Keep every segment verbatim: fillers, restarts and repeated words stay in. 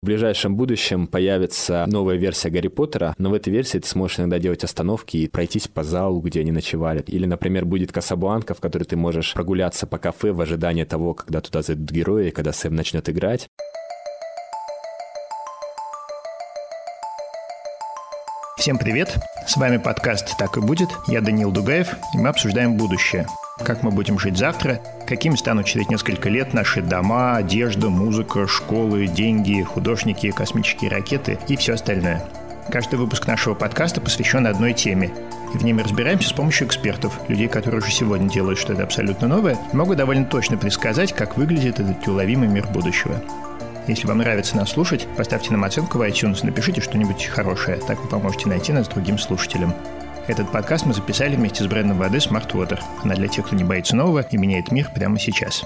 В ближайшем будущем появится новая версия Гарри Поттера, но в этой версии ты сможешь иногда делать остановки и пройтись по залу, где они ночевали. Или, например, будет Касабланка, в которой ты можешь прогуляться по кафе в ожидании того, когда туда зайдут герои, и когда Сэм начнет играть. Всем привет! С вами подкаст «Так и будет». Я Даниил Дугаев, и мы обсуждаем будущее. Как мы будем жить завтра, какими станут через несколько лет наши дома, одежда, музыка, школы, деньги, художники, космические ракеты и все остальное. Каждый выпуск нашего подкаста посвящен одной теме, и в ней мы разбираемся с помощью экспертов, людей, которые уже сегодня делают что-то абсолютно новое, и могут довольно точно предсказать, как выглядит этот неуловимый мир будущего. Если вам нравится нас слушать, поставьте нам оценку в iTunes, напишите что-нибудь хорошее, так вы поможете найти нас другим слушателям. Этот подкаст мы записали вместе с брендом воды Smart Water. Она для тех, кто не боится нового и меняет мир прямо сейчас.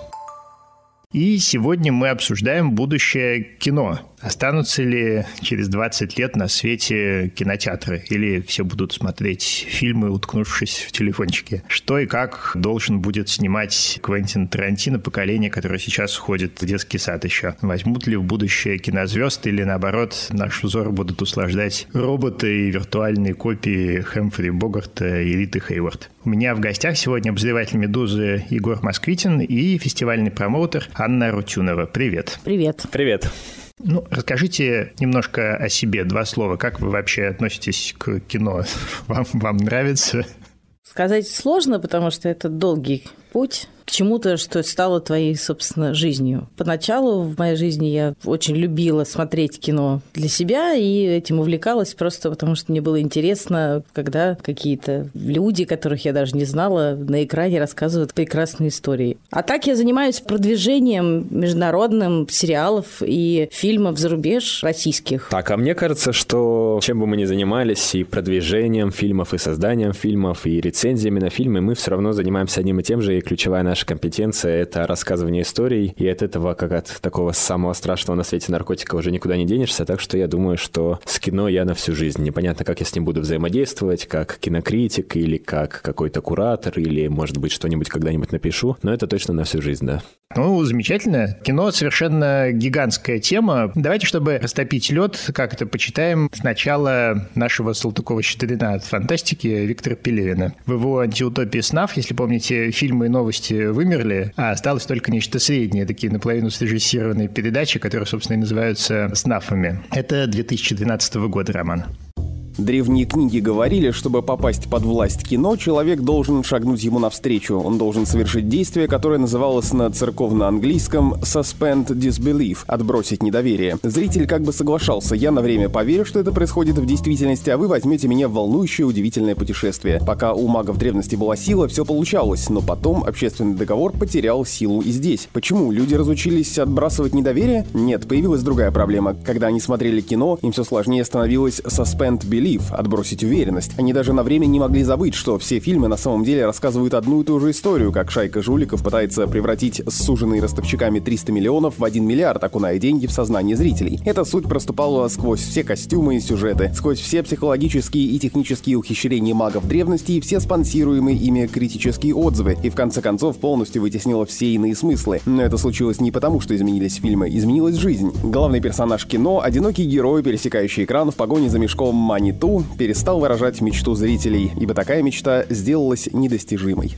И сегодня мы обсуждаем будущее кино. Останутся ли через двадцать лет на свете кинотеатры? Или все будут смотреть фильмы, уткнувшись в телефончики? Что и как должен будет снимать Квентин Тарантино, поколение, которое сейчас ходит в детский сад еще? Возьмут ли в будущее кинозвезд? Или, наоборот, наш взор будут услаждать роботы и виртуальные копии Хэмфри Богарта и Риты Хейворд? У меня в гостях сегодня обозреватель «Медузы» Егор Москвитин и фестивальный промоутер Анна Рутюнова. Привет. Привет. Привет. Ну, расскажите немножко о себе, два слова. Как вы вообще относитесь к кино? Вам, вам нравится? Сказать сложно, потому что это долгий путь к чему-то, что стало твоей, собственно, жизнью. Поначалу в моей жизни я очень любила смотреть кино для себя и этим увлекалась просто потому, что мне было интересно, когда какие-то люди, которых я даже не знала, на экране рассказывают прекрасные истории. А так я занимаюсь продвижением международным сериалов и фильмов за рубеж российских. Так, а мне кажется, что чем бы мы ни занимались, и продвижением фильмов, и созданием фильмов, и рецензиями на фильмы, мы все равно занимаемся одним и тем же, и ключевая наша Наша компетенция — это рассказывание историй, и от этого, как от такого самого страшного на свете наркотика, уже никуда не денешься, так что я думаю, что с кино я на всю жизнь. Непонятно, как я с ним буду взаимодействовать, как кинокритик, или как какой-то куратор, или, может быть, что-нибудь когда-нибудь напишу, но это точно на всю жизнь, да. Ну, замечательно. Кино — совершенно гигантская тема. Давайте, чтобы растопить лед, как это почитаем сначала нашего Салтыкова-Щедрина от фантастики Виктора Пелевина. В его «Антиутопии снов», если помните, фильмы и новости вымерли, а осталось только нечто среднее, такие наполовину срежиссированные передачи, которые, собственно, и называются «Снафами». Это две тысячи двенадцатого года роман. Древние книги говорили, чтобы попасть под власть кино, человек должен шагнуть ему навстречу. Он должен совершить действие, которое называлось на церковно-английском «suspend disbelief» — «отбросить недоверие». Зритель как бы соглашался: я на время поверю, что это происходит в действительности, а вы возьмете меня в волнующее, удивительное путешествие. Пока у магов древности была сила, все получалось, но потом общественный договор потерял силу и здесь. Почему? Люди разучились отбрасывать недоверие? Нет, появилась другая проблема. Когда они смотрели кино, им все сложнее становилось «suspend belief» — отбросить уверенность. Они даже на время не могли забыть, что все фильмы на самом деле рассказывают одну и ту же историю, как шайка жуликов пытается превратить суженные ростовщиками триста миллионов в один миллиард, окуная деньги в сознание зрителей. Эта суть проступала сквозь все костюмы и сюжеты, сквозь все психологические и технические ухищрения магов древности и все спонсируемые ими критические отзывы, и в конце концов полностью вытеснила все иные смыслы. Но это случилось не потому, что изменились фильмы, изменилась жизнь. Главный персонаж кино, одинокий герой, пересекающий экран в погоне за мешком мани Ту, перестал выражать мечту зрителей, ибо такая мечта сделалась недостижимой.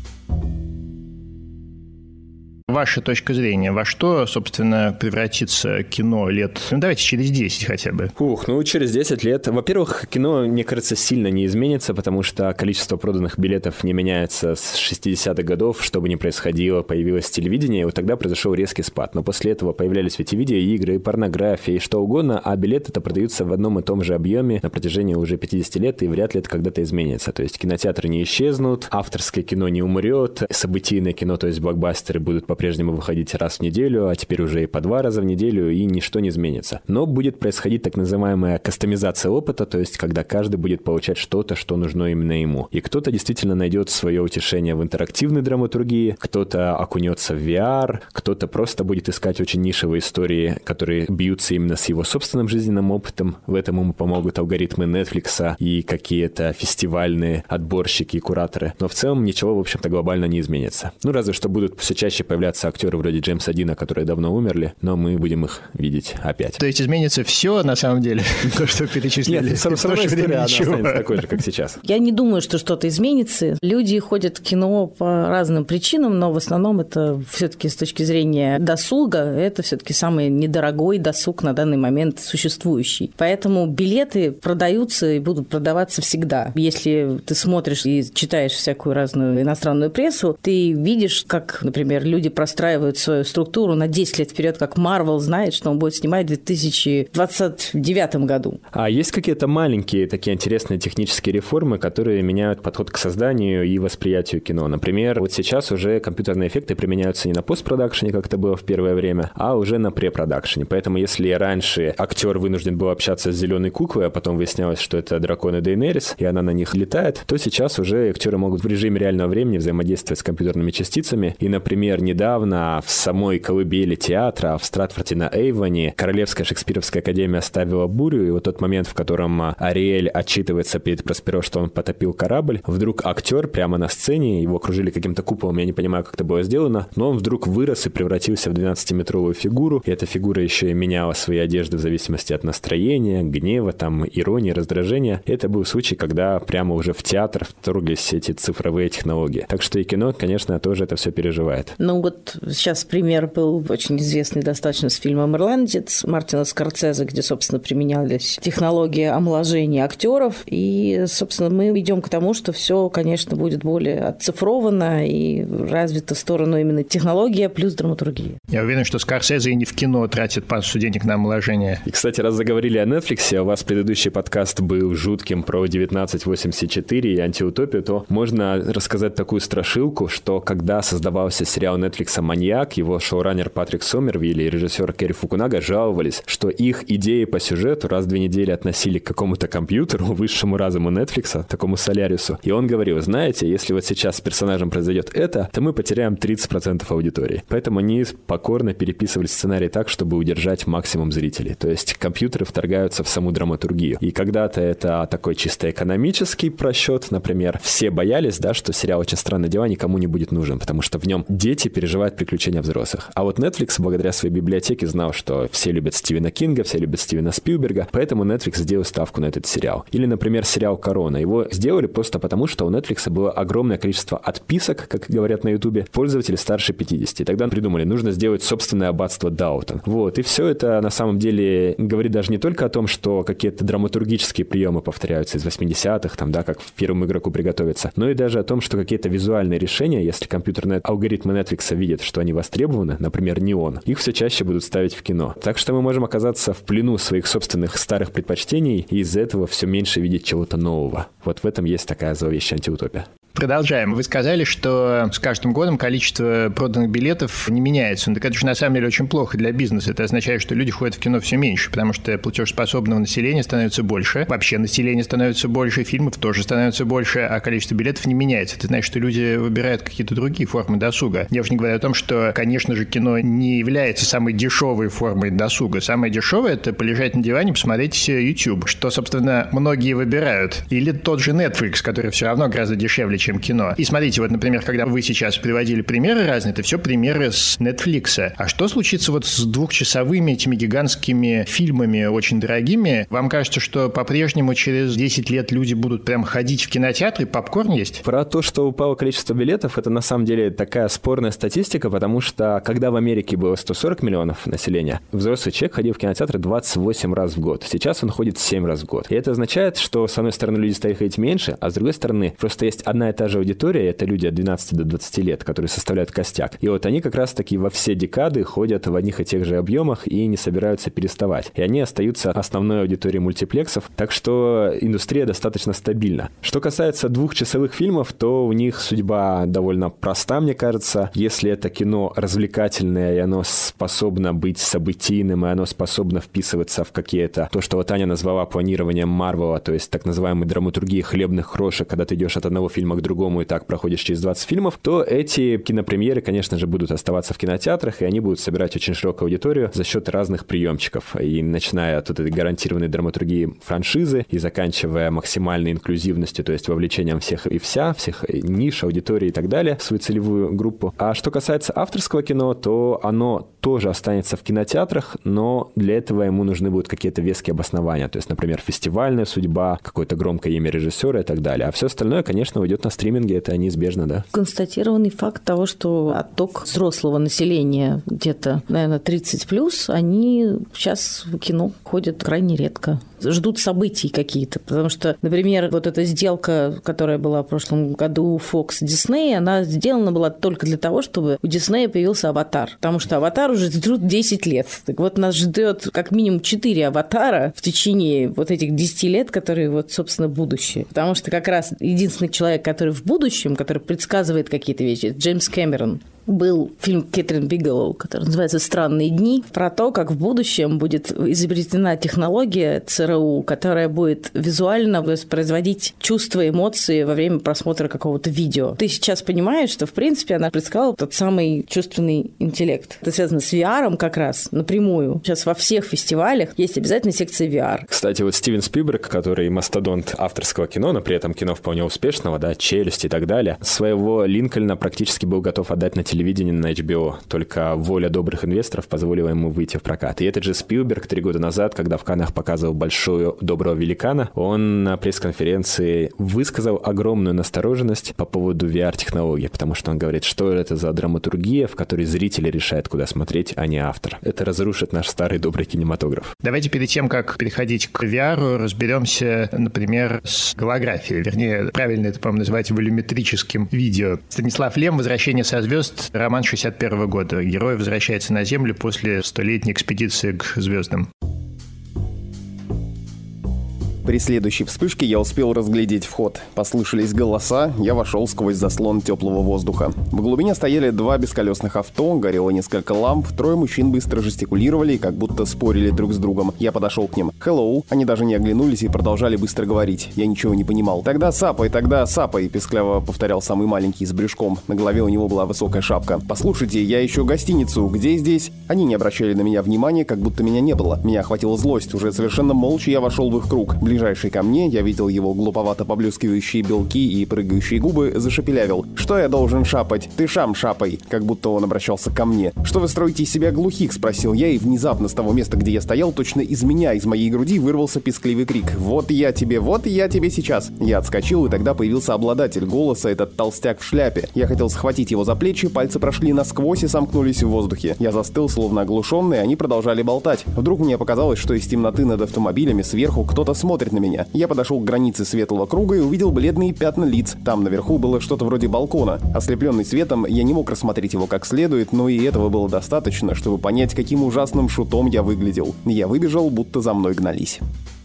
Ваша точка зрения, во что, собственно, превратится кино лет, ну, давайте через десять хотя бы? Ух, ну, через десять лет. Во-первых, кино, мне кажется, сильно не изменится, потому что количество проданных билетов не меняется с шестидесятых годов, что бы ни происходило, появилось телевидение, и вот тогда произошел резкий спад. Но после этого появлялись ведь и видеоигры, и порнография, и что угодно, а билеты-то продаются в одном и том же объеме на протяжении уже пятидесяти лет, и вряд ли это когда-то изменится. То есть кинотеатры не исчезнут, авторское кино не умрет, событийное кино, то есть блокбастеры, будут по-прежнему выходить раз в неделю, а теперь уже и по два раза в неделю, и ничто не изменится. Но будет происходить так называемая кастомизация опыта, то есть когда каждый будет получать что-то, что нужно именно ему. И кто-то действительно найдет свое утешение в интерактивной драматургии, кто-то окунется в ви ар, кто-то просто будет искать очень нишевые истории, которые бьются именно с его собственным жизненным опытом. В этом ему помогут алгоритмы Netflix и какие-то фестивальные отборщики и кураторы. Но в целом ничего, в общем-то, глобально не изменится. Ну, разве что будут все чаще появляться появятся актеры вроде Джеймса Дина, которые давно умерли, но мы будем их видеть опять. То есть изменится все на самом деле, то, что перечислили? Нет, все равно история останется такой же, как сейчас. Я не думаю, что что-то изменится. Люди ходят в кино по разным причинам, но в основном это все-таки с точки зрения досуга, это все-таки самый недорогой досуг на данный момент существующий. Поэтому билеты продаются и будут продаваться всегда. Если ты смотришь и читаешь всякую разную иностранную прессу, ты видишь, как, например, люди простраивают свою структуру на десять лет вперед, как Marvel знает, что он будет снимать в две тысячи двадцать девятом году. А есть какие-то маленькие такие интересные технические реформы, которые меняют подход к созданию и восприятию кино? Например, вот сейчас уже компьютерные эффекты применяются не на постпродакшене, как это было в первое время, а уже на препродакшене. Поэтому если раньше актер вынужден был общаться с зеленой куклой, а потом выяснялось, что это драконы Дейенерис, и она на них летает, то сейчас уже актеры могут в режиме реального времени взаимодействовать с компьютерными частицами. И, например, недавно в самой колыбели театра в Стратфорте на Эйвоне Королевская шекспировская академия ставила бурю, и вот тот момент, в котором Ариэль отчитывается перед Просперо, что он потопил корабль, вдруг актер прямо на сцене, его окружили каким-то куполом, я не понимаю, как это было сделано, но он вдруг вырос и превратился в двенадцатиметровую фигуру, и эта фигура еще и меняла свои одежды в зависимости от настроения, гнева, там, иронии, раздражения. И это был случай, когда прямо уже в театр вторглись эти цифровые технологии. Так что и кино, конечно, тоже это все переживает. Ну вот сейчас пример был очень известный достаточно с фильмом «Ирландец» Мартина Скорсезе, где, собственно, применялись технологии омоложения актеров. И, собственно, мы идем к тому, что все, конечно, будет более оцифровано и развито в сторону именно технология плюс драматургия. Я уверен, что Скорсезе и не в кино тратит массу денег на омоложение. И, кстати, раз заговорили о Netflix, а у вас предыдущий подкаст был жутким про девятнадцать восемьдесят четыре и антиутопию, то можно рассказать такую страшилку, что когда создавался сериал Netflix «Маньяк», его шоураннер Патрик Сомервиль и режиссер Керри Фукунага жаловались, что их идеи по сюжету раз в две недели относили к какому-то компьютеру, высшему разуму Netflix, такому Солярису. И он говорил, знаете, если вот сейчас с персонажем произойдет это, то мы потеряем тридцать процентов аудитории. Поэтому они покорно переписывали сценарий так, чтобы удержать максимум зрителей. То есть компьютеры вторгаются в саму драматургию. И когда-то это такой чисто экономический просчет, например. Все боялись, да, что сериал «Очень странные дела» никому не будет нужен, потому что в нем дети переживают приключения взрослых. А вот Netflix, благодаря своей библиотеке, знал, что все любят Стивена Кинга, все любят Стивена Спилберга, поэтому Netflix сделал ставку на этот сериал. Или, например, сериал «Корона». Его сделали просто потому, что у Netflix было огромное количество отписок, как говорят на Ютубе, пользователей старше пятидесяти. И тогда придумали, нужно сделать собственное аббатство Даутон. Вот. И все это, на самом деле, говорит даже не только о том, что какие-то драматургические приемы повторяются из восьмидесятых, там, да, как в «Первому игроку приготовиться», но и даже о том, что какие-то визуальные решения, если компьютерные алгоритмы Netflix видят, что они востребованы, например, неон, их все чаще будут ставить в кино. Так что мы можем оказаться в плену своих собственных старых предпочтений и из-за этого все меньше видеть чего-то нового. Вот в этом есть такая зловещая антиутопия. Продолжаем. Вы сказали, что с каждым годом количество проданных билетов не меняется. Но так это же на самом деле очень плохо для бизнеса. Это означает, что люди ходят в кино все меньше, потому что платежеспособного населения становится больше. Вообще население становится больше, фильмов тоже становится больше, а количество билетов не меняется. Это значит, что люди выбирают какие-то другие формы досуга. Я уже не говорю о том, что, конечно же, кино не является самой дешевой формой досуга. Самое дешевое – это полежать на диване, посмотреть YouTube, что, собственно, многие выбирают. Или тот же Netflix, который все равно гораздо дешевле, чем кино. И смотрите, вот, например, когда вы сейчас приводили примеры разные, это все примеры с Netflix. А что случится вот с двухчасовыми этими гигантскими фильмами, очень дорогими? Вам кажется, что по-прежнему через десять лет люди будут прям ходить в кинотеатры, попкорн есть? Про то, что упало количество билетов, это на самом деле такая спорная статистика, потому что когда в Америке было сто сорок миллионов населения, взрослый человек ходил в кинотеатры двадцать восемь раз в год. Сейчас он ходит семь раз в год. И это означает, что, с одной стороны, люди стали ходить меньше, а с другой стороны, просто есть одна и та же аудитория, это люди от двенадцати до двадцати лет, которые составляют костяк. И вот они как раз-таки во все декады ходят в одних и тех же объемах и не собираются переставать. И они остаются основной аудиторией мультиплексов, так что индустрия достаточно стабильна. Что касается двухчасовых фильмов, то у них судьба довольно проста, мне кажется. Если это кино развлекательное, и оно способно быть событийным, и оно способно вписываться в какие-то, то, что вот Аня назвала планированием Марвела, то есть так называемой драматургии хлебных крошек, когда ты идешь от одного фильма к другому и так проходишь через двадцать фильмов, то эти кинопремьеры, конечно же, будут оставаться в кинотеатрах, и они будут собирать очень широкую аудиторию за счет разных приемчиков. И начиная от этой гарантированной драматургии франшизы и заканчивая максимальной инклюзивностью, то есть вовлечением всех и вся, всех ниш, аудитории и так далее, в свою целевую группу. А что касается авторского кино, то оно тоже останется в кинотеатрах, но для этого ему нужны будут какие-то веские обоснования. То есть, например, фестивальная судьба, какое-то громкое имя режиссера и так далее. А все остальное, конечно, уйдет на стриминге, это неизбежно, да. Констатированный факт того, что отток взрослого населения где-то, наверное, тридцать плюс, они сейчас в кино ходят крайне редко. Ждут событий какие-то, потому что, например, вот эта сделка, которая была в прошлом году Fox Disney, она сделана была только для того, чтобы у Диснея появился «Аватар», потому что «Аватар» уже ждут десять лет. Так вот, нас ждет как минимум четыре «Аватара» в течение вот этих десяти лет, которые вот, собственно, будущее. Потому что как раз единственный человек, который в будущем, который предсказывает какие-то вещи, Джеймс Кэмерон. Был фильм Кэтрин Бигелоу, который называется «Странные дни», про то, как в будущем будет изобретена технология ЦРУ, которая будет визуально воспроизводить чувства, эмоции во время просмотра какого-то видео. Ты сейчас понимаешь, что, в принципе, она предсказала тот самый чувственный интеллект. Это связано с ви ар как раз напрямую. Сейчас во всех фестивалях есть обязательно секция ви ар. Кстати, вот Стивен Спилберг, который мастодонт авторского кино, но при этом кино вполне успешного, да, «Челюсть» и так далее, своего Линкольна практически был готов отдать на телевидение телевидение на эйч би о, только воля добрых инвесторов позволила ему выйти в прокат. И этот же Спилберг три года назад, когда в Каннах показывал «Большого доброго великана», он на пресс-конференции высказал огромную настороженность по поводу ви ар-технологии, потому что он говорит, что это за драматургия, в которой зрители решают, куда смотреть, а не автор. Это разрушит наш старый добрый кинематограф. Давайте перед тем, как переходить к ви ар, разберемся, например, с голографией. Вернее, правильно это, по-моему, называть волюметрическим видео. Станислав Лем «Возвращение со звезд», роман шестьдесят первого года. Герой возвращается на Землю после столетней экспедиции к звездам. При следующей вспышке я успел разглядеть вход. Послышались голоса, я вошел сквозь заслон теплого воздуха. В глубине стояли два бесколесных авто, горело несколько ламп, трое мужчин быстро жестикулировали и как будто спорили друг с другом. Я подошел к ним. «Hello». Они даже не оглянулись и продолжали быстро говорить. Я ничего не понимал. «Тогда сапай, тогда сапай», — пескляво повторял самый маленький с брюшком. На голове у него была высокая шапка. «Послушайте, я ищу гостиницу. Где здесь?» Они не обращали на меня внимания, как будто меня не было. Меня охватила злость. Уже совершенно молча я вошел в их круг. Ближайший ко мне, я видел его глуповато поблескивающие белки и прыгающие губы, зашепелявил. «Что я должен шапать? Ты шам шапай!» Как будто он обращался ко мне. «Что вы строите из себя глухих?» — спросил я, и внезапно с того места, где я стоял, точно из меня, из моей груди вырвался пискливый крик. «Вот я тебе, вот я тебе сейчас!» Я отскочил, и тогда появился обладатель голоса, этот толстяк в шляпе. Я хотел схватить его за плечи, пальцы прошли насквозь и сомкнулись в воздухе. Я застыл, словно оглушенный, они продолжали болтать. Вдруг мне показалось, что из темноты над автомобилями сверху кто-то смотрит на меня. Я подошел к границе светлого круга и увидел бледные пятна лиц. Там наверху было что-то вроде балкона. Ослепленный светом, я не мог рассмотреть его как следует, но и этого было достаточно, чтобы понять, каким ужасным шутом я выглядел. Я выбежал, будто за мной гнались.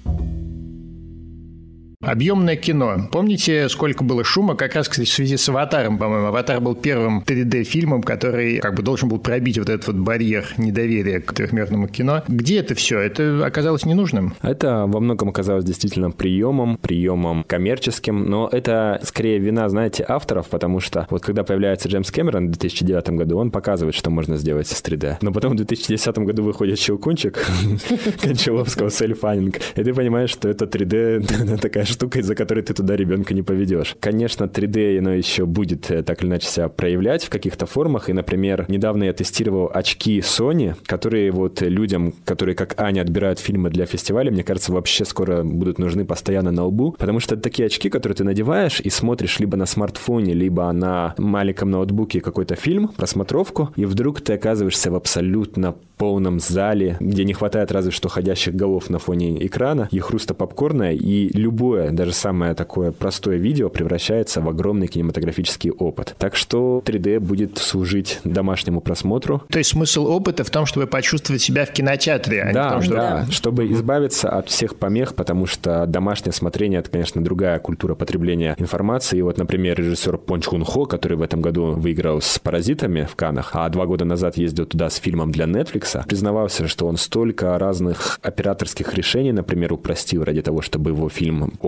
Объемное кино. Помните, сколько было шума как раз, кстати, в связи с «Аватаром», по-моему. «Аватар» был первым три дэ-фильмом, который как бы должен был пробить вот этот вот барьер недоверия к трехмерному кино. Где это все? Это оказалось ненужным? Это во многом оказалось действительно приемом, приемом коммерческим, но это скорее вина, знаете, авторов, потому что вот когда появляется Джеймс Кэмерон в две тысячи девятом году, он показывает, что можно сделать с три дэ. Но потом в две тысячи десятом году выходит «Щелкунчик» Кончаловского «Сель-фанинг», и ты понимаешь, что это три дэ такая штука, из-за которой ты туда ребенка не поведешь. Конечно, три дэ, оно еще будет так или иначе себя проявлять в каких-то формах. И, например, недавно я тестировал очки Sony, которые вот людям, которые, как Аня, отбирают фильмы для фестиваля, мне кажется, вообще скоро будут нужны постоянно на лбу. Потому что это такие очки, которые ты надеваешь и смотришь либо на смартфоне, либо на маленьком ноутбуке какой-то фильм, просмотровку, и вдруг ты оказываешься в абсолютно полном зале, где не хватает разве что ходящих голов на фоне экрана и хруста попкорна, и любое, даже самое такое простое видео превращается в огромный кинематографический опыт. Так что три дэ будет служить домашнему просмотру. То есть смысл опыта в том, чтобы почувствовать себя в кинотеатре, а да, не в том, что... Да, чтобы избавиться от всех помех, потому что домашнее смотрение — это, конечно, другая культура потребления информации. И вот, например, режиссер Пон Чхун Хо, который в этом году выиграл с «Паразитами» в Каннах, а два года назад ездил туда с фильмом для Netflix, признавался, что он столько разных операторских решений, например, упростил ради того, чтобы его фильм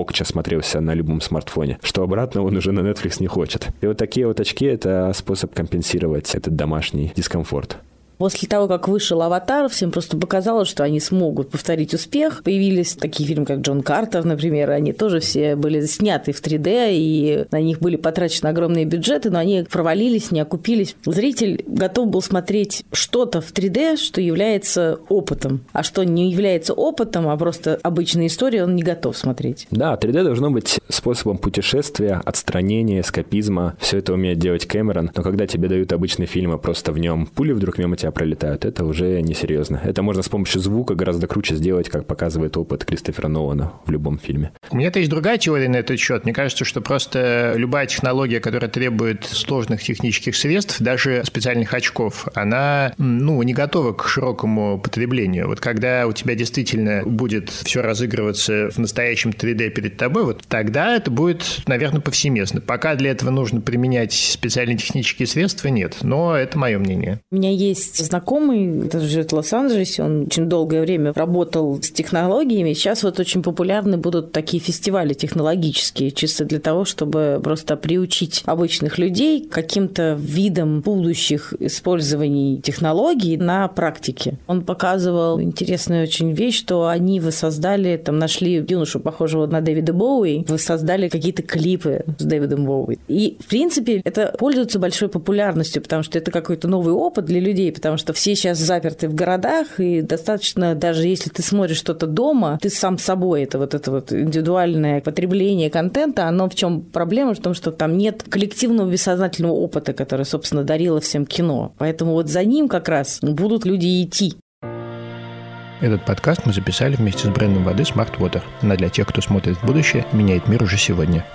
мокча смотрелся на любом смартфоне, что обратно он уже на Netflix не хочет. И вот такие вот очки — это способ компенсировать этот домашний дискомфорт. После того, как вышел «Аватар», всем просто показалось, что они смогут повторить успех. Появились такие фильмы, как «Джон Картер», например. Они тоже все были сняты в три дэ, и на них были потрачены огромные бюджеты, но они провалились, не окупились. Зритель готов был смотреть что-то в три дэ, что является опытом. А что не является опытом, а просто обычная история, он не готов смотреть. Да, три дэ должно быть способом путешествия, отстранения, эскапизма. Все это умеет делать Кэмерон. Но когда тебе дают обычный фильм, а просто в нем пули вдруг мимо тебя пролетают, это уже несерьезно. Это можно с помощью звука гораздо круче сделать, как показывает опыт Кристофера Нолана в любом фильме. У меня-то есть другая теория на этот счет. Мне кажется, что просто любая технология, которая требует сложных технических средств, даже специальных очков, она, ну, не готова к широкому потреблению. Вот когда у тебя действительно будет все разыгрываться в настоящем три дэ перед тобой, вот тогда это будет, наверное, повсеместно. Пока для этого нужно применять специальные технические средства, нет. Но это мое мнение. У меня есть знакомый, который живет в Лос-Анджелесе, он очень долгое время работал с технологиями. Сейчас вот очень популярны будут такие фестивали технологические, чисто для того, чтобы просто приучить обычных людей к каким-то видам будущих использований технологий на практике. Он показывал интересную очень вещь, что они воссоздали, там нашли юношу, похожего на Дэвида Боуи, воссоздали какие-то клипы с Дэвидом Боуи. И, в принципе, это пользуется большой популярностью, потому что это какой-то новый опыт для людей, потому что все сейчас заперты в городах, и достаточно, даже если ты смотришь что-то дома, ты сам собой, это вот это вот индивидуальное потребление контента, оно в чем проблема? В том, что там нет коллективного бессознательного опыта, который, собственно, дарило всем кино. Поэтому вот за ним как раз будут люди идти. Этот подкаст мы записали вместе с брендом воды Smart Water. Она для тех, кто смотрит в будущее, меняет мир уже сегодня.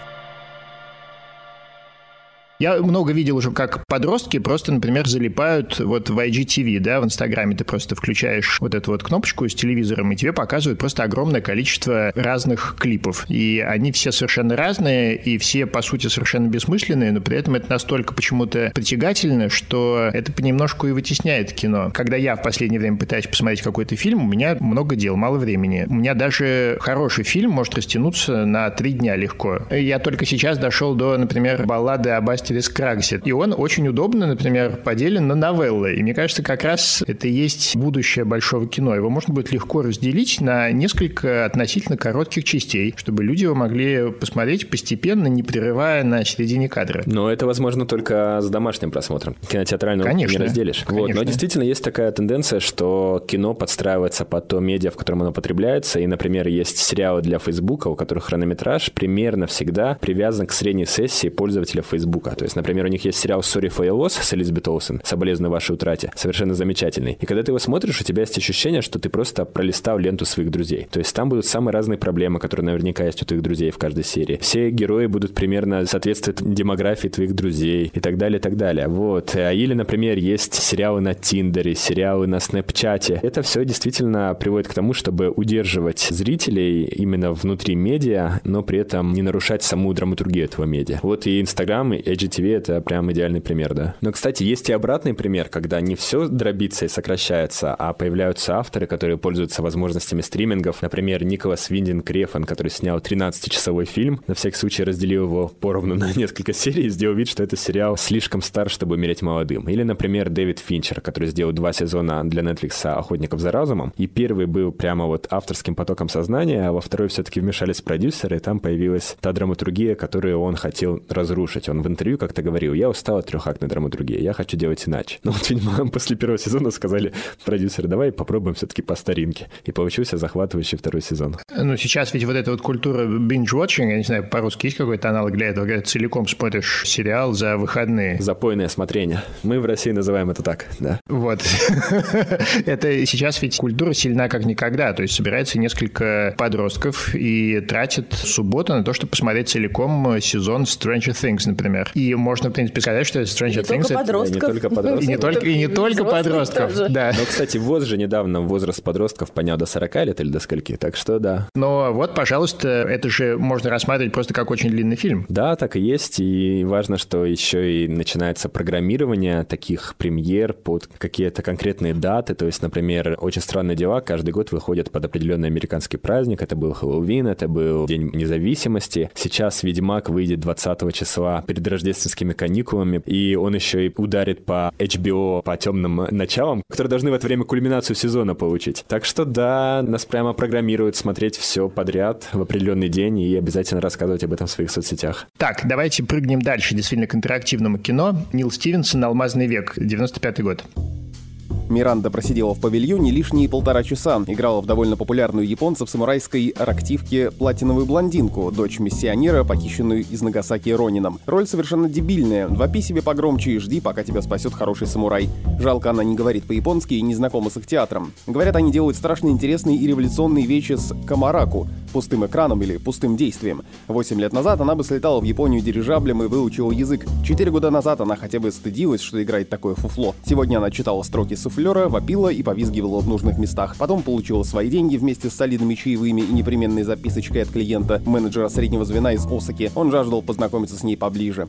Я много видел уже, как подростки просто, например, залипают вот в ай джи ти ви, да, в Инстаграме ты просто включаешь вот эту вот кнопочку с телевизором, и тебе показывают просто огромное количество разных клипов. И они все совершенно разные, и все, по сути, совершенно бессмысленные, но при этом это настолько почему-то притягательно, что это понемножку и вытесняет кино. Когда я в последнее время пытаюсь посмотреть какой-то фильм, у меня много дел, мало времени. У меня даже хороший фильм может растянуться на три дня легко. Я только сейчас дошел до, например, баллады об Астере Скрагсе. И он очень удобно, например, поделен на новеллы. И мне кажется, как раз это и есть будущее большого кино. Его можно будет легко разделить на несколько относительно коротких частей, чтобы люди его могли посмотреть постепенно, не прерывая на середине кадра. Но это возможно только с домашним просмотром. Кинотеатрального конечно, не разделишь. Вот. Но действительно есть такая тенденция, что кино подстраивается под то медиа, в котором оно потребляется. И, например, есть сериалы для Фейсбука, у которых хронометраж примерно всегда привязан к средней сессии пользователя Фейсбука. То есть, например, у них есть сериал «Sorry for your loss» с Элизабет Олсен, «Соболезную вашей утрате», совершенно замечательный. И когда ты его смотришь, у тебя есть ощущение, что ты просто пролистал ленту своих друзей. То есть там будут самые разные проблемы, которые наверняка есть у твоих друзей в каждой серии. Все герои будут примерно соответствовать демографии твоих друзей и так далее, и так далее. Вот. Или, например, есть сериалы на Тиндере, сериалы на Снэпчате. Это все действительно приводит к тому, чтобы удерживать зрителей именно внутри медиа, но при этом не нарушать саму драматургию этого медиа. Вот и Инстаграм, и ай джи ти ви — это прям идеальный пример, да. Но, кстати, есть и обратный пример, когда не все дробится и сокращается, а появляются авторы, которые пользуются возможностями стримингов. Например, Николас Виндинг Рефн, который снял тринадцатичасовой фильм, на всякий случай разделил его поровну на несколько серий и сделал вид, что это сериал слишком стар, чтобы умереть молодым. Или, например, Дэвид Финчер, который сделал два сезона для Netflix «Охотников за разумом», и первый был прямо вот авторским потоком сознания, а во второй все-таки вмешались продюсеры, и там появилась та драматургия, которую он хотел разрушить. Он в интервью как-то говорил: я устал от трехактной драматургии, я хочу делать иначе. Но вот, видимо, после первого сезона сказали продюсеры: давай попробуем все-таки по старинке. И получился захватывающий второй сезон. Ну, сейчас ведь вот эта вот культура binge-watching, я не знаю, по-русски есть какой-то аналог для этого, когда целиком смотришь сериал за выходные. Запойное смотрение. Мы в России называем это так, да. Вот. Это сейчас ведь культура сильна как никогда. То есть собирается несколько подростков и тратят субботу на то, чтобы посмотреть целиком сезон Stranger Things, например. И можно, в принципе, сказать, что Stranger Things... Только подростков. Да, не только подростков. И не только, и не только подростков, да. Но, кстати, ВОЗ же недавно возраст подростков поднял до сорока лет или до скольки, так что да. Но вот, пожалуйста, это же можно рассматривать просто как очень длинный фильм. Да, так и есть, и важно, что еще и начинается программирование таких премьер под какие-то конкретные даты, то есть, например, «Очень странные дела» каждый год выходят под определенный американский праздник, это был Хэллоуин, это был День независимости, сейчас «Ведьмак» выйдет двадцатого числа перед рождественскими каникулами, и он еще и ударит по эйч би о, по темным началам, которые должны в это время кульминацию сезона получить. Так что да, нас прямо программируют смотреть все подряд в определенный день и обязательно рассказывать об этом в своих соцсетях. Так, давайте прыгнем дальше, действительно, к интерактивному кино. Нил Стивенсон «Алмазный век», девяносто пятый год. Миранда просидела в павильоне лишние полтора часа. Играла в довольно популярную японцев самурайской рактивке платиновую блондинку, дочь миссионера, похищенную из Нагасаки Ронином. Роль совершенно дебильная. Вопи себе погромче и жди, пока тебя спасет хороший самурай. Жалко, она не говорит по-японски и не знакома с их театром. Говорят, они делают страшно интересные и революционные вещи с камараку, пустым экраном или пустым действием. Восемь лет назад она бы слетала в Японию дирижаблем и выучила язык. Четыре года назад она хотя бы стыдилась, что играет такое фуфло. Сегодня она читала строки суфлера, вопила и повизгивала в нужных местах. Потом получила свои деньги вместе с солидными чаевыми и непременной записочкой от клиента, менеджера среднего звена из Осаки. Он жаждал познакомиться с ней поближе.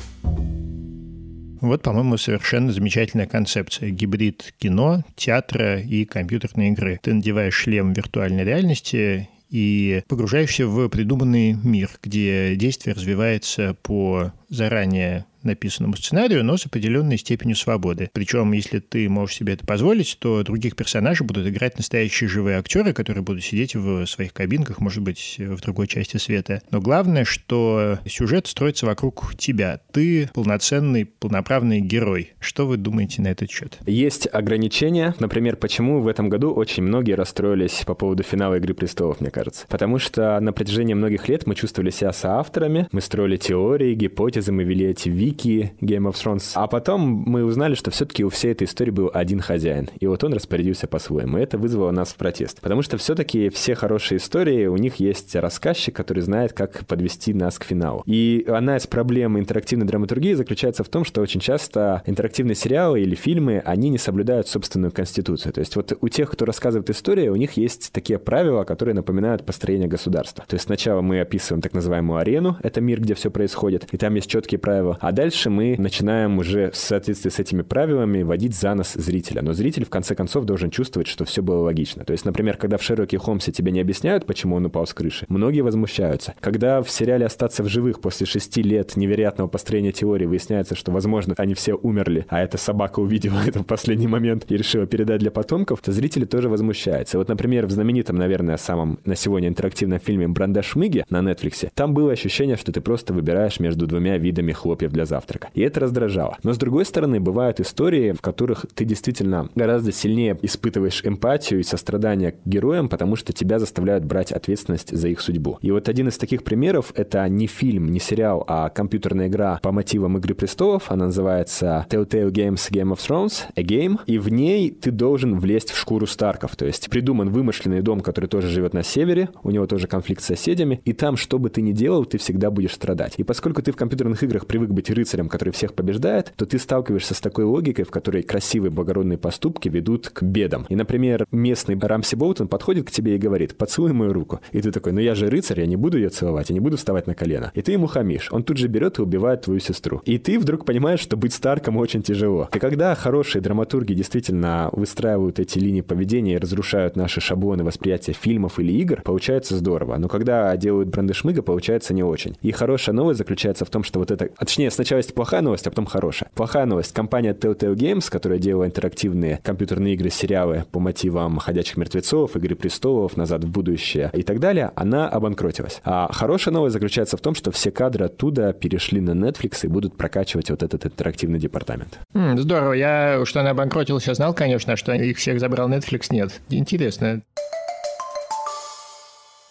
Вот, по-моему, совершенно замечательная концепция. Гибрид кино, театра и компьютерной игры. Ты надеваешь шлем виртуальной реальности и погружаешься в придуманный мир, где действие развивается по заранее написанному сценарию, но с определенной степенью свободы. Причем, если ты можешь себе это позволить, то других персонажей будут играть настоящие живые актеры, которые будут сидеть в своих кабинках, может быть, в другой части света. Но главное, что сюжет строится вокруг тебя. Ты полноценный, полноправный герой. Что вы думаете на этот счет? Есть ограничения. Например, почему в этом году очень многие расстроились по поводу финала «Игры престолов», мне кажется. Потому что на протяжении многих лет мы чувствовали себя соавторами, мы строили теории, гипотезы, мы вели эти вики, Game of Thrones. А потом мы узнали, что все-таки у всей этой истории был один хозяин. И вот он распорядился по-своему. И это вызвало нас в протест. Потому что все-таки все хорошие истории, у них есть рассказчик, который знает, как подвести нас к финалу. И одна из проблем интерактивной драматургии заключается в том, что очень часто интерактивные сериалы или фильмы, они не соблюдают собственную конституцию. То есть вот у тех, кто рассказывает истории, у них есть такие правила, которые напоминают построение государства. То есть сначала мы описываем так называемую арену, это мир, где все происходит, и там есть четкие правила. А дальше мы начинаем уже в соответствии с этими правилами водить за нос зрителя. Но зритель, в конце концов, должен чувствовать, что все было логично. То есть, например, когда в «Шерлоке Холмсе» тебе не объясняют, почему он упал с крыши, многие возмущаются. Когда в сериале «Остаться в живых» после шести лет невероятного построения теории выясняется, что, возможно, они все умерли, а эта собака увидела это в последний момент и решила передать для потомков, то зрители тоже возмущаются. Вот, например, в знаменитом, наверное, самом на сегодня интерактивном фильме «Брандашмыги» на Netflix, там было ощущение, что ты просто выбираешь между двумя видами хлопьев для завтрака. И это раздражало. Но, с другой стороны, бывают истории, в которых ты действительно гораздо сильнее испытываешь эмпатию и сострадание к героям, потому что тебя заставляют брать ответственность за их судьбу. И вот один из таких примеров — это не фильм, не сериал, а компьютерная игра по мотивам «Игры престолов». Она называется Telltale Games Game of Thrones — A Game. И в ней ты должен влезть в шкуру Старков. То есть придуман вымышленный дом, который тоже живет на севере, у него тоже конфликт с соседями, и там, что бы ты ни делал, ты всегда будешь страдать. И поскольку ты в компьютерных играх привык быть рыцарем, который всех побеждает, то ты сталкиваешься с такой логикой, в которой красивые благородные поступки ведут к бедам. И, например, местный Рамси Болтон подходит к тебе и говорит: «Поцелуй мою руку». И ты такой: «Ну я же рыцарь, я не буду ее целовать, я не буду вставать на колено». И ты ему хамишь. Он тут же берет и убивает твою сестру. И ты вдруг понимаешь, что быть Старком очень тяжело. И когда хорошие драматурги действительно выстраивают эти линии поведения и разрушают наши шаблоны восприятия фильмов или игр, получается здорово. Но когда делают Брандашмыга, получается не очень. И хорошая новость заключается в том, что вот это... Точнее, сначала есть плохая новость, а потом хорошая. Плохая новость. Компания Telltale Games, которая делала интерактивные компьютерные игры, сериалы по мотивам «Ходячих мертвецов», «Игры престолов», «Назад в будущее» и так далее, она обанкротилась. А хорошая новость заключается в том, что все кадры оттуда перешли на Netflix и будут прокачивать вот этот интерактивный департамент. М, здорово. Я, что она обанкротилась, я знал, конечно, а что их всех забрал Netflix, нет. Интересно.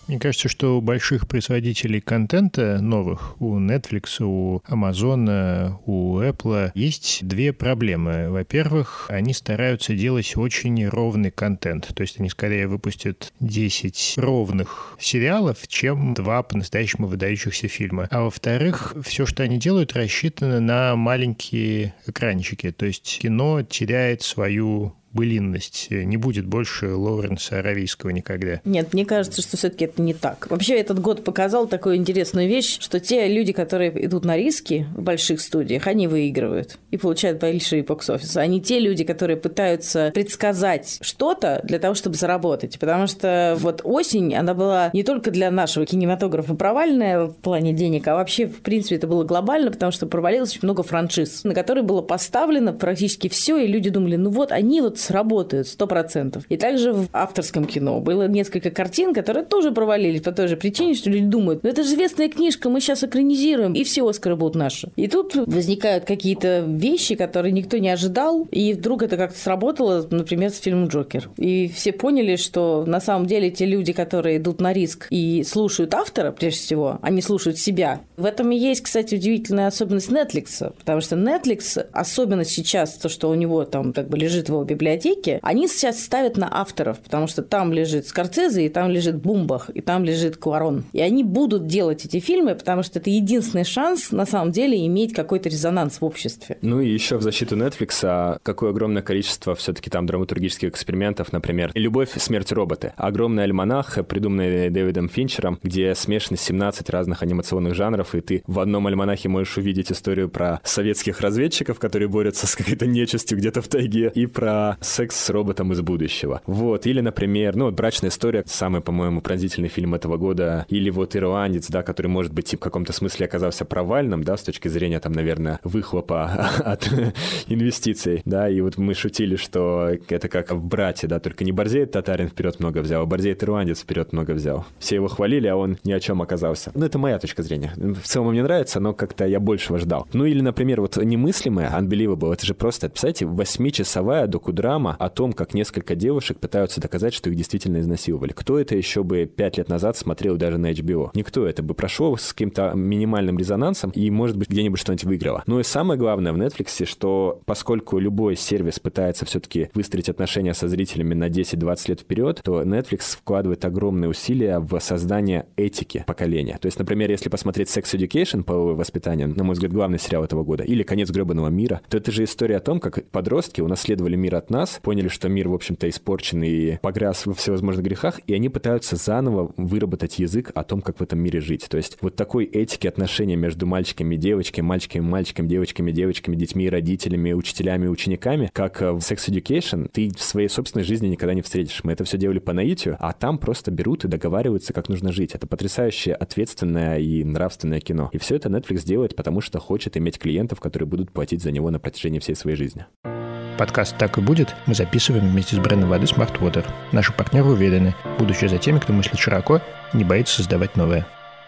Мне кажется, что у больших производителей контента новых, у Netflix, у Amazon, у Apple, есть две проблемы. Во-первых, они стараются делать очень ровный контент. То есть они скорее выпустят десять ровных сериалов, чем два по-настоящему выдающихся фильма. А во-вторых, все, что они делают, рассчитано на маленькие экранчики. То есть кино теряет свою былинность. Не будет больше Лоуренса Аравийского никогда. Нет, мне кажется, что все-таки это не так. Вообще, этот год показал такую интересную вещь, что те люди, которые идут на риски в больших студиях, они выигрывают и получают большие бокс-офисы. А не те люди, которые пытаются предсказать что-то для того, чтобы заработать. Потому что вот осень, она была не только для нашего кинематографа провальная в плане денег, а вообще, в принципе, это было глобально, потому что провалилось очень много франшиз, на которые было поставлено практически все, и люди думали, ну вот, они вот сработают сто процентов. И также в авторском кино было несколько картин, которые тоже провалились по той же причине, что люди думают, ну это же известная книжка, мы сейчас экранизируем, и все Оскары будут наши. И тут возникают какие-то вещи, которые никто не ожидал, и вдруг это как-то сработало, например, с фильмом «Джокер». И все поняли, что на самом деле те люди, которые идут на риск и слушают автора, прежде всего, они слушают себя. В этом и есть, кстати, удивительная особенность Netflix, потому что Netflix, особенно сейчас, то, что у него там как бы лежит в его библиотеке, они сейчас ставят на авторов, потому что там лежит Скорсезе, и там лежит Бумбах, и там лежит Куарон. И они будут делать эти фильмы, потому что это единственный шанс, на самом деле, иметь какой-то резонанс в обществе. Ну и еще в защиту Netflix, какое огромное количество все-таки там драматургических экспериментов, например, «Любовь, смерть, роботы». Огромный альманах, придуманный Дэвидом Финчером, где смешаны семнадцать разных анимационных жанров, и ты в одном альманахе можешь увидеть историю про советских разведчиков, которые борются с какой-то нечистью где-то в тайге, и про секс с роботом из будущего. Вот. Или, например, ну, «Брачная история», самый, по-моему, пронзительный фильм этого года. Или вот «Ирландец», да, который, может быть, в каком-то смысле оказался провальным, да, с точки зрения, там, наверное, выхлопа от инвестиций, да, и вот мы шутили, что это как в «Брате», да, только не борзеет татарин вперед много взял, а борзеет ирландец вперед много взял. Все его хвалили, а он ни о чем оказался. Ну, это моя точка зрения. В целом мне нравится, но как-то я большего ждал. Ну, или, например, вот «Немыслимое», «Unbelievable», это же просто, представляете, восьмичасовая докудрама о том, как несколько девушек пытаются доказать, что их действительно изнасиловали. Кто это еще бы пять лет назад смотрел даже на эйч би о? Никто. Это бы прошло с каким-то минимальным резонансом и, может быть, где-нибудь что-нибудь выиграло. Ну и самое главное в Netflix, что поскольку любой сервис пытается все-таки выстроить отношения со зрителями на десять-двадцать лет вперед, то Netflix вкладывает огромные усилия в создание этики поколения. То есть, например, если посмотреть Sex Education, половое воспитание, на мой взгляд, главный сериал этого года, или «Конец гребаного мира», то это же история о том, как подростки унаследовали мир от нас, поняли, что мир, в общем-то, испорчен и погряз во всевозможных грехах, и они пытаются заново выработать язык о том, как в этом мире жить. То есть вот такой этики отношения между мальчиками и девочками, мальчиками и мальчиками, девочками и девочками, детьми и родителями, учителями и учениками, как в Sex Education, ты в своей собственной жизни никогда не встретишь. Мы это все делали по наитию, а там просто берут и договариваются, как нужно жить. Это потрясающее, ответственное и нравственное кино. И все это Netflix делает, потому что хочет иметь клиентов, которые будут платить за него на протяжении всей своей жизни. Подкаст «Так и будет» мы записываем вместе с брендом воды Smart Water. Наши партнеры уверены, будущее за теми, кто мыслит широко и не боится создавать новое.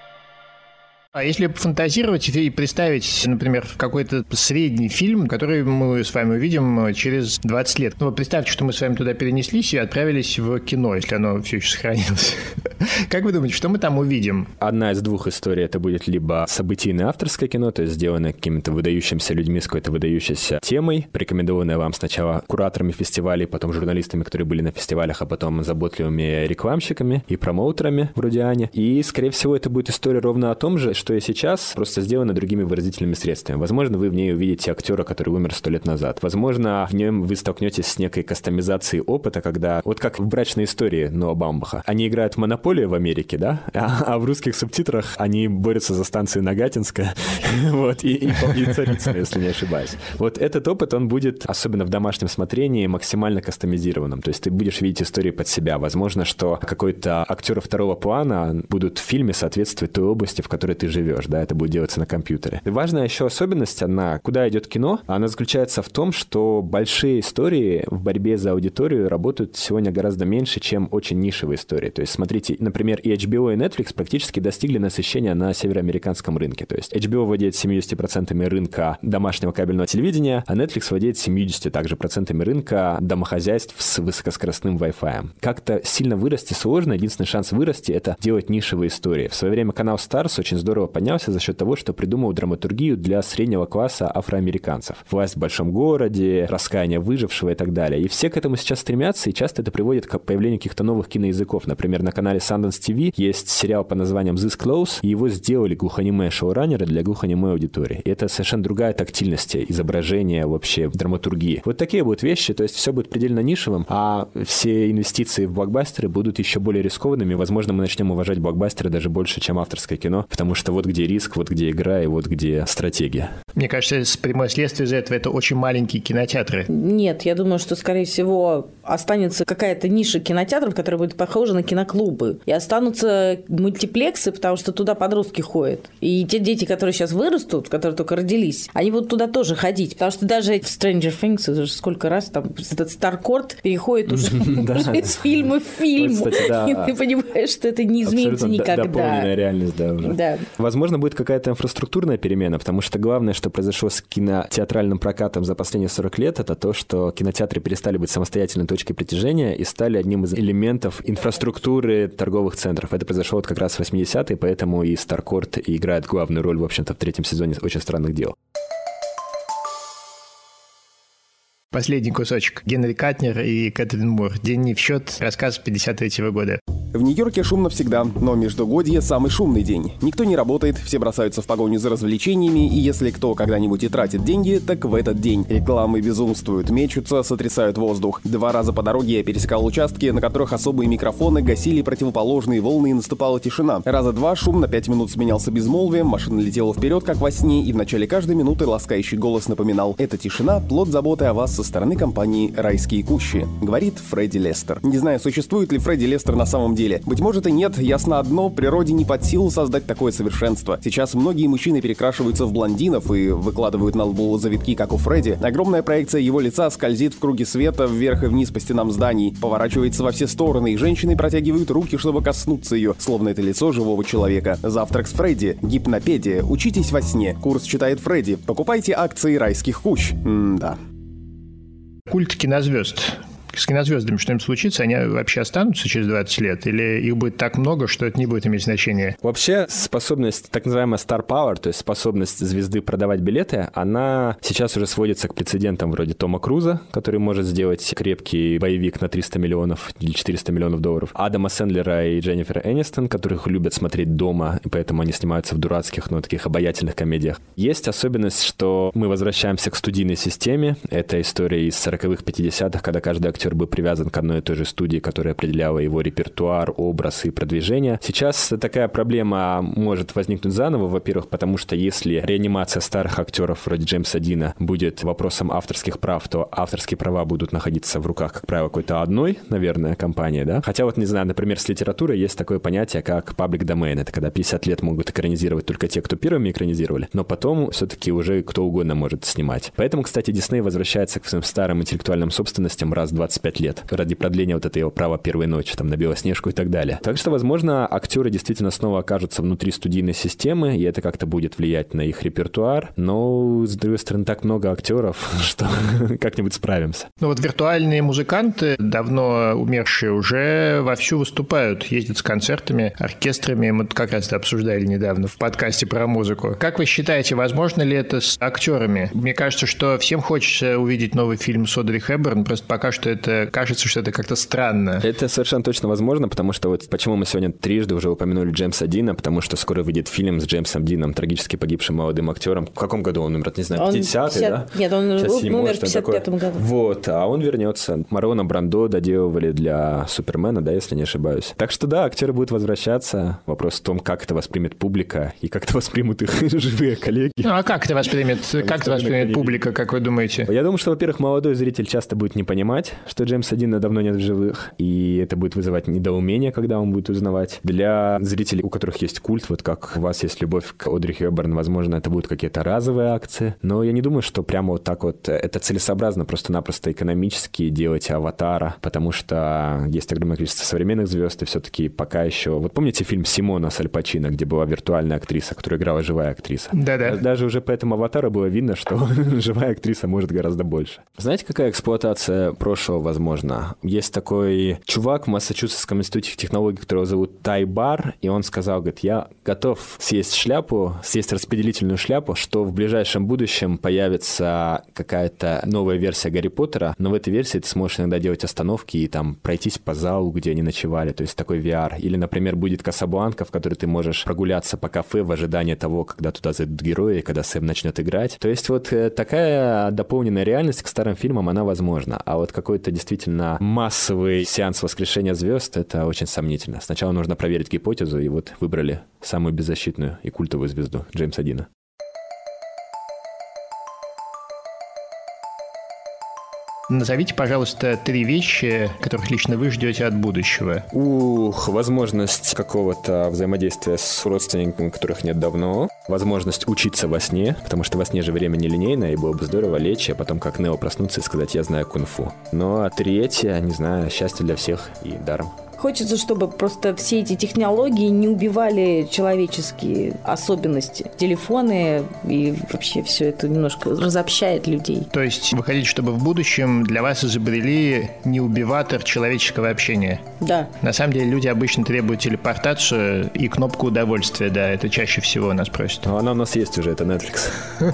А если фантазировать и представить, например, какой-то средний фильм, который мы с вами увидим через двадцать лет. Ну вот представьте, что мы с вами туда перенеслись и отправились в кино, если оно все еще сохранилось. Как вы думаете, что мы там увидим? Одна из двух историй это будет либо событийное авторское кино, то есть сделанное какими-то выдающимися людьми с какой-то выдающейся темой, порекомендованное вам сначала кураторами фестивалей, потом журналистами, которые были на фестивалях, а потом заботливыми рекламщиками и промоутерами вроде Ани. И, скорее всего, это будет история ровно о том же, что и сейчас, просто сделано другими выразительными средствами. Возможно, вы в ней увидите актера, который умер сто лет назад. Возможно, в нем вы столкнетесь с некой кастомизацией опыта, когда, вот как в «Брачной истории» Ноа Бамбаха. Они играют в «Монополию» в Америке, да? А, а в русских субтитрах они борются за станцию Нагатинска. Вот, и, и, и Царицыно, если не ошибаюсь. Вот этот опыт, он будет, особенно в домашнем смотрении, максимально кастомизированным. То есть ты будешь видеть истории под себя. Возможно, что какой-то актеры второго плана будут в фильме соответствовать той области, в которой ты живешь, да, это будет делаться на компьютере. И важная еще особенность, она, куда идет кино, она заключается в том, что большие истории в борьбе за аудиторию работают сегодня гораздо меньше, чем очень нишевые истории. То есть, смотрите, например, например, и эйч би о, и Netflix практически достигли насыщения на североамериканском рынке. То есть эйч би о владеет семьдесят процентов рынка домашнего кабельного телевидения, а Netflix владеет семьдесят также процентами рынка домохозяйств с высокоскоростным Wi-Fi. Как-то сильно вырасти сложно. Единственный шанс вырасти — это делать нишевые истории. В свое время канал Starz очень здорово поднялся за счет того, что придумал драматургию для среднего класса афроамериканцев. «Власть в большом городе», «Раскаяние выжившего» и так далее. И все к этому сейчас стремятся, и часто это приводит к появлению каких-то новых киноязыков. Например, на канале Sundance ти ви есть сериал под названием This Close, и его сделали глухонемые шоураннеры для глухонемой аудитории. И это совершенно другая тактильность изображения вообще драматургии. Вот такие будут вещи, то есть все будет предельно нишевым, а все инвестиции в блокбастеры будут еще более рискованными. Возможно, мы начнем уважать блокбастеры даже больше, чем авторское кино, потому что вот где риск, вот где игра и вот где стратегия. Мне кажется, прямое следствие из этого — это очень маленькие кинотеатры. Нет, я думаю, что, скорее всего, останется какая-то ниша кинотеатров, которая будет похожа на киноклубы. И останутся мультиплексы, потому что туда подростки ходят. И те дети, которые сейчас вырастут, которые только родились, они будут туда тоже ходить. Потому что даже в Stranger Things, это же сколько раз там этот Старкорд переходит уже из фильма в фильм. И ты понимаешь, что это не изменится никогда. Дополненная реальность, да, уже. Да. Возможно, будет какая-то инфраструктурная перемена, потому что главное, что произошло с кинотеатральным прокатом за последние сорок лет, это то, что кинотеатры перестали быть самостоятельной точкой притяжения и стали одним из элементов инфраструктуры торговых центров. Это произошло вот как раз в восьмидесятые, поэтому и Старкорд играет главную роль, в общем-то, в третьем сезоне «Очень странных дел». Последний кусочек. Генри Катнер и Кэтрин Мур. «День не в счет». Рассказ пятьдесят третьего года. В Нью-Йорке шумно всегда, но междугодье — самый шумный день. Никто не работает, все бросаются в погоню за развлечениями, и если кто когда-нибудь и тратит деньги, так в этот день. Рекламы безумствуют, мечутся, сотрясают воздух. Два раза по дороге я пересекал участки, на которых особые микрофоны гасили противоположные волны, и наступала тишина. Раза два шум на пять минут сменялся безмолвием, машина летела вперед, как во сне, и в начале каждой минуты ласкающий голос напоминал: «Эта тишина — плод заботы о вас со стороны компании «Райские кущи», — говорит Фредди Лестер. Не знаю, существует ли Фредди Лестер на самом деле. Быть может и нет, ясно одно, природе не под силу создать такое совершенство. Сейчас многие мужчины перекрашиваются в блондинов и выкладывают на лбу завитки, как у Фредди. Огромная проекция его лица скользит в круге света вверх и вниз по стенам зданий, поворачивается во все стороны, и женщины протягивают руки, чтобы коснуться ее, словно это лицо живого человека. Завтрак с Фредди, гипнопедия, учитесь во сне, курс читает Фредди, покупайте акции «Райских кущ». М-да. Культ кинозвезд. С кинозвездами что-нибудь случится, они вообще останутся через двадцать лет? Или их будет так много, что это не будет иметь значения? Вообще, способность, так называемая star power, то есть способность звезды продавать билеты, она сейчас уже сводится к прецедентам вроде Тома Круза, который может сделать крепкий боевик на триста миллионов или четыреста миллионов долларов, Адама Сэндлера и Дженнифер Энистон, которых любят смотреть дома, и поэтому они снимаются в дурацких, но таких обаятельных комедиях. Есть особенность, что мы возвращаемся к студийной системе. Это история из сороковых, пятидесятых, когда каждый актер был привязан к одной и той же студии, которая определяла его репертуар, образ и продвижение. Сейчас такая проблема может возникнуть заново, во-первых, потому что если реанимация старых актеров вроде Джеймса Дина будет вопросом авторских прав, то авторские права будут находиться в руках, как правило, какой-то одной, наверное, компании, да? Хотя вот, не знаю, например, с литературой есть такое понятие, как public domain. Это когда пятьдесят лет могут экранизировать только те, кто первыми экранизировали, но потом все-таки уже кто угодно может снимать. Поэтому, кстати, Дисней возвращается к своим старым интеллектуальным собственностям раз в двадцать пять лет ради продления вот этого права первой ночи, там, на Белоснежку и так далее. Так что, возможно, актеры действительно снова окажутся внутри студийной системы, и это как-то будет влиять на их репертуар, но, с другой стороны, так много актеров, что как-нибудь справимся. Ну вот виртуальные музыканты, давно умершие, уже вовсю выступают, ездят с концертами, оркестрами. Мы как раз это обсуждали недавно в подкасте про музыку. Как вы считаете, возможно ли это с актерами? Мне кажется, что всем хочется увидеть новый фильм с Одри Хепберн, просто пока что это кажется, что это как-то странно. Это совершенно точно возможно, потому что вот почему мы сегодня трижды уже упомянули Джеймса Дина, потому что скоро выйдет фильм с Джеймсом Дином, трагически погибшим молодым актером. В каком году он умер? Не знаю, пятидесятые, да? Нет, он Сейчас умер в пятьдесят пятом году. Вот, а он вернется. Марона Брандо доделывали для Супермена, да, если не ошибаюсь. Так что да, актеры будут возвращаться. Вопрос в том, как это воспримет публика и как это воспримут их живые коллеги. Ну а как это воспримет, как это воспримет публика, как вы думаете? Я думаю, что, во-первых, молодой зритель часто будет не понимать, что Джеймса Дина давно нет в живых, и это будет вызывать недоумение, когда он будет узнавать. Для зрителей, у которых есть культ, вот как у вас есть любовь к Одри Хёбберн, возможно, это будут какие-то разовые акции, но я не думаю, что прямо вот так вот это целесообразно просто-напросто экономически делать «Аватара», потому что есть огромное количество современных звезд, и все-таки пока еще... Вот помните фильм «Симона» с Аль Пачино, где была виртуальная актриса, которая играла живая актриса? Да-да. Даже уже по этому «Аватару» было видно, что живая актриса может гораздо больше. Знаете, какая эксплуатация прошлого возможна? Есть такой чувак в Массачусетском институте технологий, которого зовут Тай Бар, и он сказал, говорит, я готов съесть шляпу, съесть распределительную шляпу, что в ближайшем будущем появится какая-то новая версия Гарри Поттера, но в этой версии ты сможешь иногда делать остановки и там пройтись по залу, где они ночевали, то есть такой ви ар. Или, например, будет Касабланка, в которой ты можешь прогуляться по кафе в ожидании того, когда туда зайдут герои, когда Сэм начнет играть. То есть вот такая дополненная реальность к старым фильмам, она возможна. А вот какой-то действительно массовый сеанс воскрешения звезд, это очень сомнительно. Сначала нужно проверить гипотезу, и вот выбрали самую беззащитную и культовую звезду Джеймса Дина. Назовите, пожалуйста, три вещи, которых лично вы ждете от будущего. Ух, возможность какого-то взаимодействия с родственниками, которых нет давно. Возможность учиться во сне, потому что во сне же время нелинейное, и было бы здорово лечь, а потом как Нео проснуться и сказать «я знаю кунг-фу». Ну а третье, не знаю, счастье для всех и даром. Хочется, чтобы просто все эти технологии не убивали человеческие особенности. Телефоны и вообще все это немножко разобщает людей. То есть вы хотите, чтобы в будущем для вас изобрели неубиватор человеческого общения? Да. На самом деле люди обычно требуют телепортацию и кнопку удовольствия, да, это чаще всего нас просят. Но она у нас есть уже, это Netflix.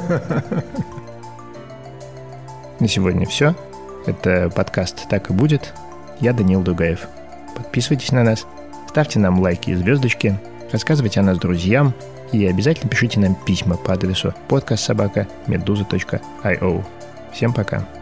На сегодня все. Это подкаст «Так и будет». Я Даниил Дугаев. Подписывайтесь на нас, ставьте нам лайки и звездочки, рассказывайте о нас друзьям и обязательно пишите нам письма по адресу подкаст собака медуза точка ай о. Всем пока.